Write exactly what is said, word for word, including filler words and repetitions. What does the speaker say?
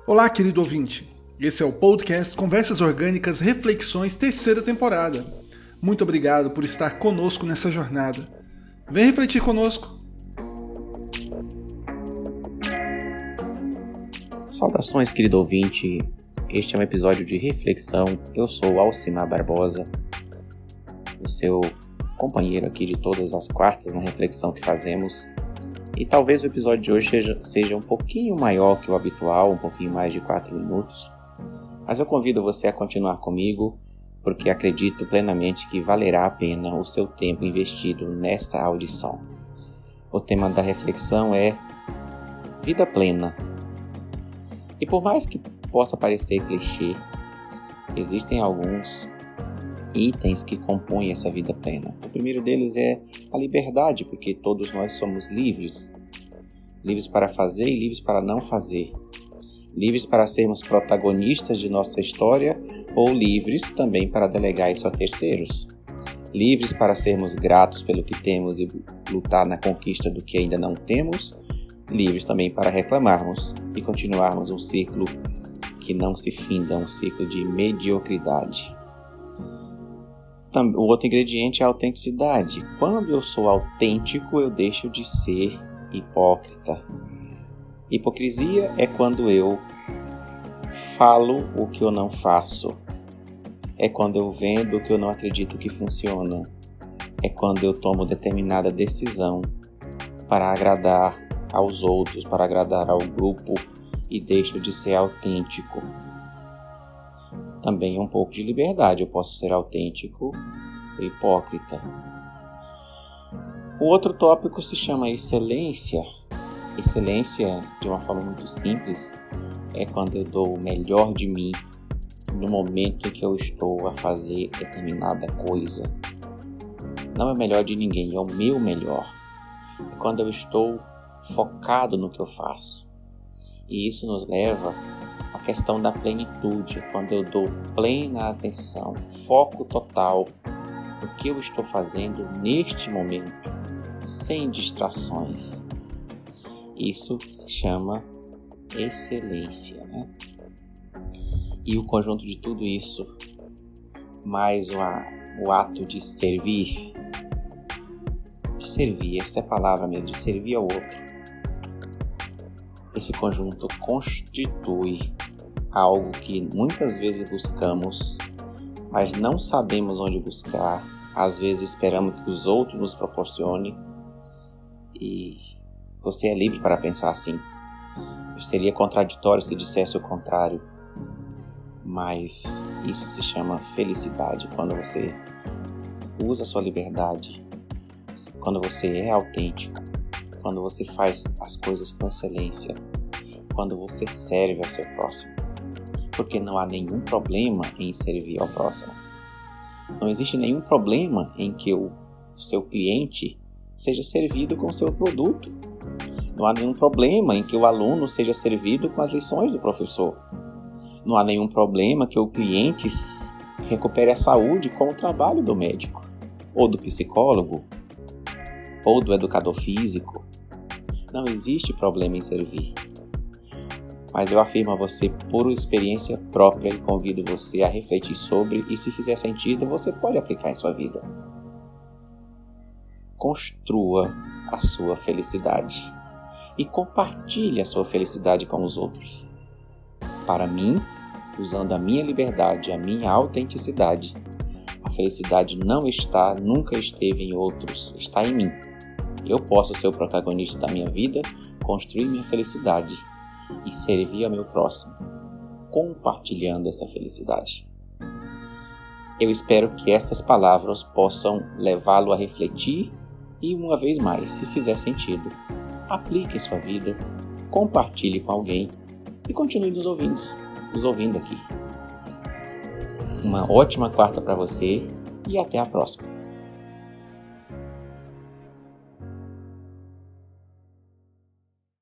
Olá, querido ouvinte. Esse é o podcast Conversas Orgânicas Reflexões, terceira temporada. Muito obrigado por estar conosco nessa jornada. Vem refletir conosco. Saudações, querido ouvinte. Este é um episódio de reflexão. Eu sou Alcimar Barbosa, o seu companheiro aqui de todas as quartas na reflexão que fazemos. E talvez o episódio de hoje seja, seja um pouquinho maior que o habitual, um pouquinho mais de quatro minutos. Mas eu convido você a continuar comigo, porque acredito plenamente que valerá a pena o seu tempo investido nesta audição. O tema da reflexão é vida plena. E por mais que possa parecer clichê, existem alguns itens que compõem essa vida plena. O primeiro deles é a liberdade, porque todos nós somos livres. Livres para fazer e livres para não fazer. Livres para sermos protagonistas de nossa história ou livres também para delegar isso a terceiros. Livres para sermos gratos pelo que temos e lutar na conquista do que ainda não temos. Livres também para reclamarmos e continuarmos um ciclo que não se finda, um ciclo de mediocridade. O outro ingrediente é a autenticidade. Quando eu sou autêntico, eu deixo de ser hipócrita. Hipocrisia é quando eu falo o que eu não faço. É quando eu vendo o que eu não acredito que funciona. É quando eu tomo determinada decisão para agradar aos outros, para agradar ao grupo e deixo de ser autêntico. Também um pouco de liberdade, eu posso ser autêntico e hipócrita. O outro tópico se chama excelência. Excelência, de uma forma muito simples, é quando eu dou o melhor de mim no momento em que eu estou a fazer determinada coisa. Não é o melhor de ninguém, é o meu melhor. É quando eu estou focado no que eu faço. E isso nos leva à questão da plenitude, quando eu dou plena atenção, foco total no que eu estou fazendo neste momento, sem distrações. Isso se chama excelência, né? E o conjunto de tudo isso, mais uma, o ato de servir, de servir, essa é a palavra mesmo, de servir ao outro. Esse conjunto constitui algo que muitas vezes buscamos, mas não sabemos onde buscar. Às vezes esperamos que os outros nos proporcionem. E você é livre para pensar assim. Seria contraditório se dissesse o contrário. Mas isso se chama felicidade, quando você usa a sua liberdade, quando você é autêntico, quando você faz as coisas com excelência, quando você serve ao seu próximo. Porque não há nenhum problema em servir ao próximo. Não existe nenhum problema em que o seu cliente seja servido com o seu produto. Não há nenhum problema em que o aluno seja servido com as lições do professor. Não há nenhum problema que o cliente recupere a saúde com o trabalho do médico, ou do psicólogo, ou do educador físico. Não existe problema em servir. Mas eu afirmo a você por experiência própria e convido você a refletir sobre e, se fizer sentido, você pode aplicar em sua vida. Construa a sua felicidade e compartilhe a sua felicidade com os outros. Para mim, usando a minha liberdade, a minha autenticidade, a felicidade não está, nunca esteve em outros, está em mim. Eu posso ser o protagonista da minha vida, construir minha felicidade e servir ao meu próximo, compartilhando essa felicidade. Eu espero que essas palavras possam levá-lo a refletir e, uma vez mais, se fizer sentido, aplique em sua vida, compartilhe com alguém e continue nos ouvindo, nos ouvindo aqui. Uma ótima quarta para você e até a próxima.